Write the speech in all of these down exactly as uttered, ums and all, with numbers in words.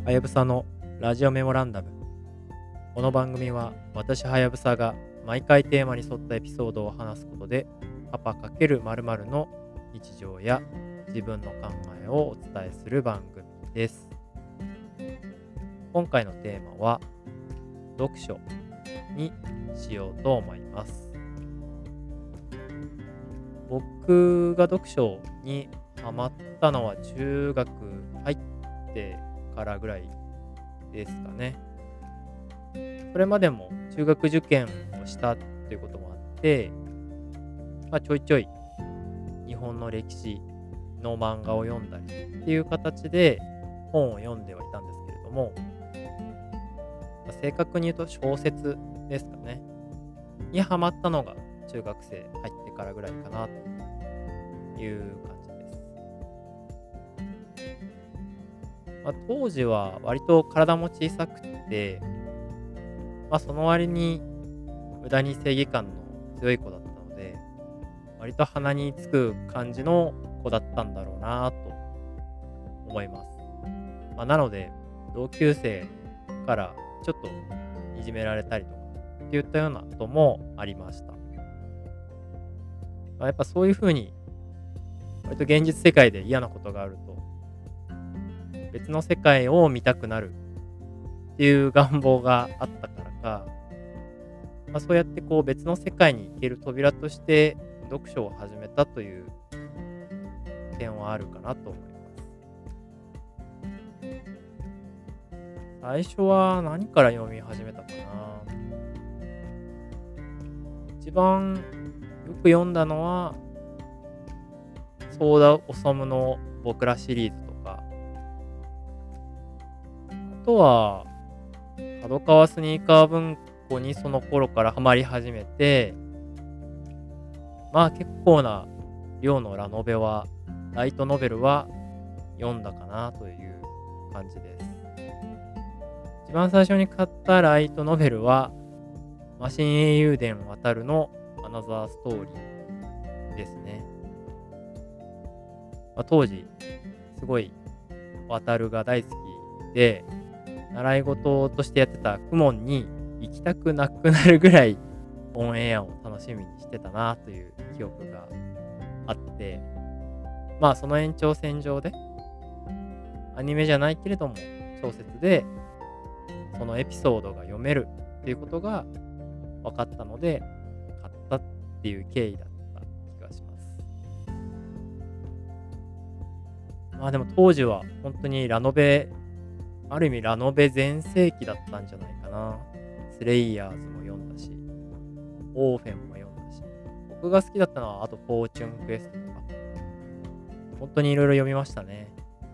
はやぶさのラジオメモランダム。この番組は私はやぶさが毎回テーマに沿ったエピソードを話すことでパパ×〇〇の日常や自分の考えをお伝えする番組です。今回のテーマは読書にしようと思います。僕が読書にハマったのは中学入ってからぐらいですかね。それまでも中学受験をしたということもあって、まあ、ちょいちょい日本の歴史の漫画を読んだりっていう形で本を読んではいたんですけれども、まあ正確に言うと小説ですかねにハマったのが中学生入ってからぐらいかなという感じです。まあ、当時は割と体も小さくて、まあ、その割に無駄に正義感の強い子だったので、割と鼻につく感じの子だったんだろうなと思います。まあ、なので同級生からちょっといじめられたりとかっていったようなこともありました。まあ、やっぱそういう風に割と現実世界で嫌なことがあると別の世界を見たくなるっていう願望があったからか、まあ、そうやってこう別の世界に行ける扉として読書を始めたという点はあるかなと思います。最初は何から読み始めたかな。一番よく読んだのはソーダオサムの僕らシリーズとか、あとは角川スニーカー文庫にその頃からハマり始めて、まあ結構な量のラノベはライトノベルは読んだかなという感じです。一番最初に買ったライトノベルはマシン英雄伝渡るのアナザーストーリーですね。まあ、当時すごい渡るが大好きで、習い事としてやってた公文に行きたくなくなるぐらいオンエアを楽しみにしてたなという記憶があって、まあその延長線上でアニメじゃないけれども小説でそのエピソードが読めるっていうことが分かったので買ったっていう経緯だった気がします。まあでも当時は本当にラノベ、ある意味ラノベ全盛期だったんじゃないかな。スレイヤーズも読んだし、オーフェンも読んだし、僕が好きだったのはあとフォーチュンクエストとか、本当にいろいろ読みましたね。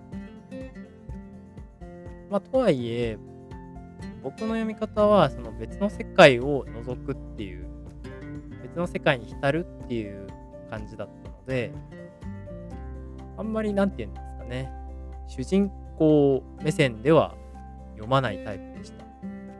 まあとはいえ、僕の読み方はその別の世界を覗くっていう、別の世界に浸るっていう感じだったので、あんまりなんて言うんですかね、主人公目線では読まないタイプでした。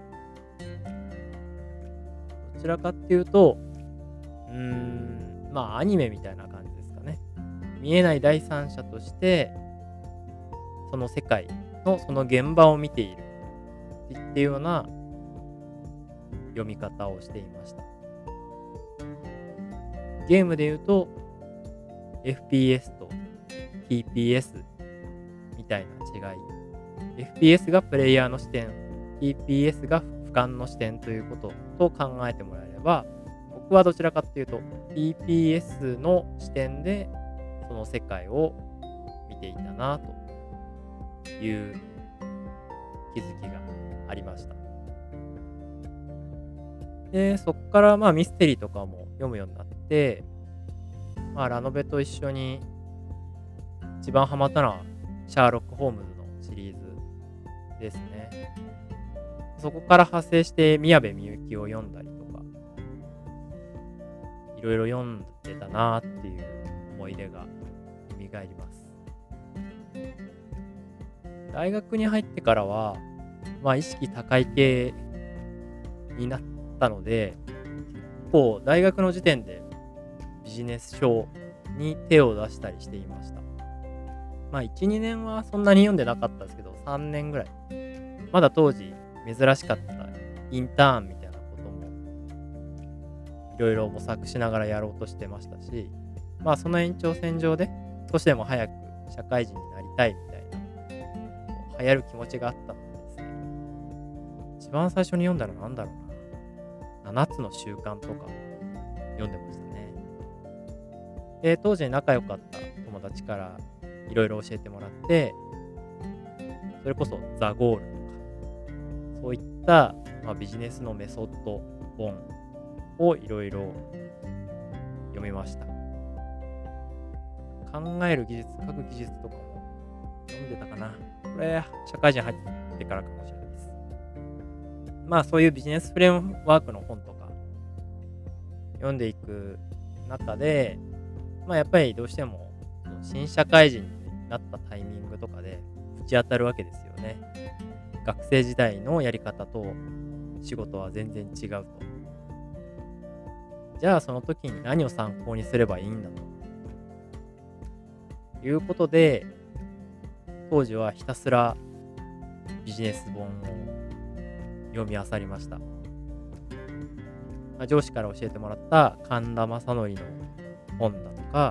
どちらかっていうと、うーん、まあアニメみたいな感じですかね。見えない第三者として、その世界のその現場を見ているっていうような読み方をしていました。ゲームで言うと、エフピーエス と ティーピーエス みたいな違い。エフピーエス がプレイヤーの視点、ティーピーエス が俯瞰の視点ということと考えてもらえれば、僕はどちらかというと ティーピーエス の視点でその世界を見ていたなという気づきがありました。で、そこからまあミステリーとかも読むようになって、まあラノベと一緒に一番ハマったのはシャーロック・ホームズのシリーズですね。そこから派生して宮部みゆきを読んだりとか、いろいろ読んでたなーっていう思い出が蘇ります。大学に入ってからは、まあ意識高い系になったので、結構大学の時点でビジネス書に手を出したりしていました。 まあいち、にねんはそんなに読んでなかったですけど、さんねんぐらい。まだ当時珍しかったインターンみたいなこともいろいろ模索しながらやろうとしてましたし、まあその延長線上で少しでも早く社会人になりたいみたいな、こう流行る気持ちがあったのでですね、一番最初に読んだのなんだろうな、ななつの習慣とか読んでましたね。で、当時仲良かった友達からいろいろ教えてもらって、それこそザ・ゴールとか、そういった、まあ、ビジネスのメソッド本をいろいろ読みました。考える技術、書く技術とかも読んでたかな。これ、社会人入ってからかもしれないです。まあ、そういうビジネスフレームワークの本とか読んでいく中で、まあ、やっぱりどうしても新社会人になったタイミングとかでぶち当たるわけですよね。学生時代のやり方と仕事は全然違うと。じゃあその時に何を参考にすればいいんだということで、当時はひたすらビジネス本を読み漁りました。まあ、上司から教えてもらった神田正則の本だとか、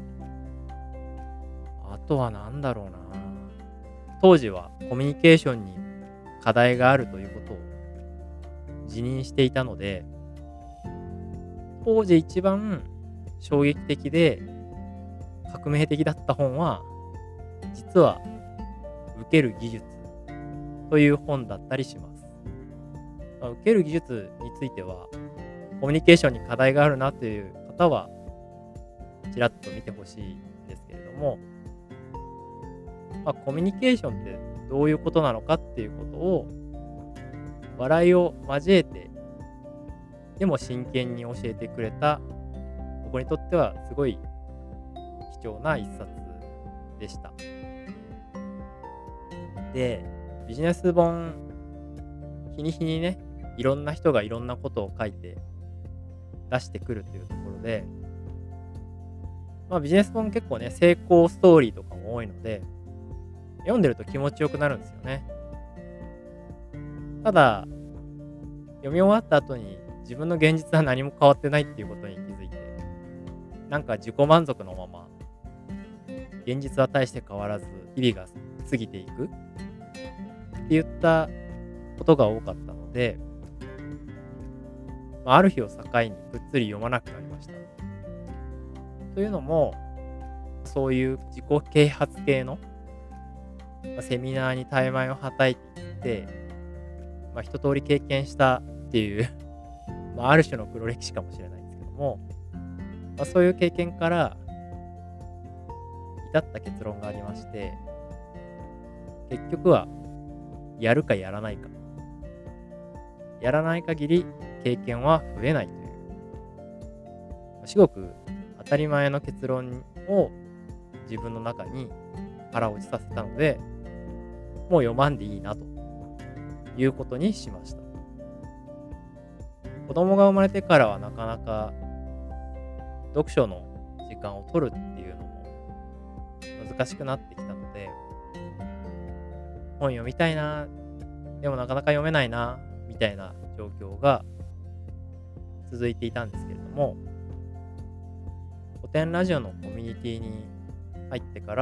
あとは何だろうな。当時はコミュニケーションに課題があるということを自認していたので、当時一番衝撃的で革命的だった本は、実は受ける技術という本だったりします。まあ、受ける技術については、コミュニケーションに課題があるなという方は、ちらっと見てほしいんですけれども、まあ、コミュニケーションってどういうことなのかっていうことを、笑いを交えて、でも真剣に教えてくれた、僕にとってはすごい貴重な一冊でした。で、ビジネス本、日に日にね、いろんな人がいろんなことを書いて出してくるというところで、まあビジネス本結構ね、成功ストーリーとかも多いので、読んでると気持ちよくなるんですよね。ただ、読み終わった後に自分の現実は何も変わってないっていうことに気づいて、なんか自己満足のまま、現実は大して変わらず、日々が過ぎていくって言ったことが多かったので、まあ、ある日を境にぐっつり読まなくなりました。というのも、そういう自己啓発系の、まあ、セミナーに怠慢をはたいていって、まあ、一通り経験したっていうまあ、ある種の黒歴史かもしれないんですけども、まあ、そういう経験から至った結論がありまして、結局はやるかやらないか。やらない限り経験は増えないという、至極当たり前の結論を自分の中に腹落ちさせたので、もう読まんでいいなということにしました。子供が生まれてからはなかなか読書の時間を取るっていうのも難しくなってきたので、本読みたいな、でもなかなか読めないな、みたいな状況が続いていたんですけれども、古典ラジオのコミュニティに入ってから、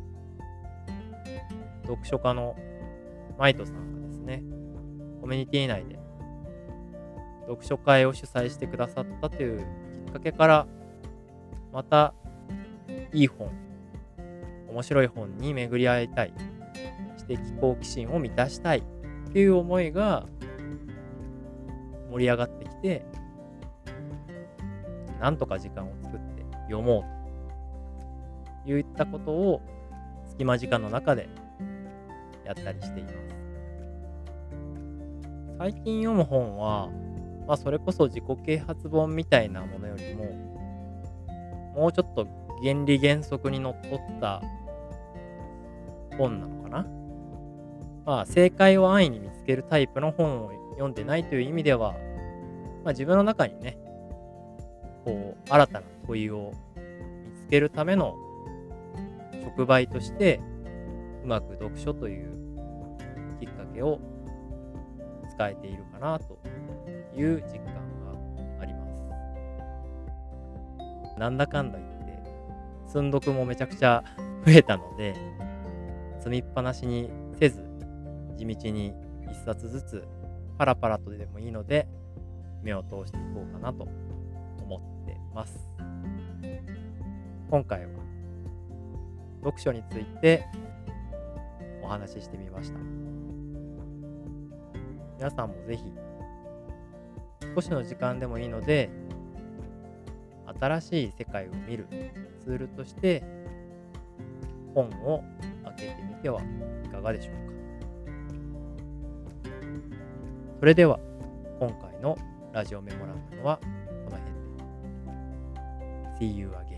読書家のマイトさんがですね、コミュニティ内で読書会を主催してくださったというきっかけから、またいい本、面白い本に巡り合いたい、知的好奇心を満たしたいっていう思いが盛り上がってきて、なんとか時間を作って読もうといったことを隙間時間の中でやったりしています。最近読む本は、まあ、それこそ自己啓発本みたいなものよりも、もうちょっと原理原則にのっとった本なのかな。まあ、正解を安易に見つけるタイプの本を読んでないという意味では、まあ、自分の中にね、こう、新たな問いを見つけるための触媒としてうまく読書というきっかけを使えているかなという実感があります。なんだかんだ言って積読もめちゃくちゃ増えたので、積みっぱなしにせず地道に一冊ずつパラパラとでもいいので目を通していこうかなと思ってます。今回は読書についてお話ししてみました。皆さんもぜひ少しの時間でもいいので新しい世界を見るツールとして本を開けてみてはいかがでしょうか。それでは今回のラジオメモランダムはこの辺で。See you again.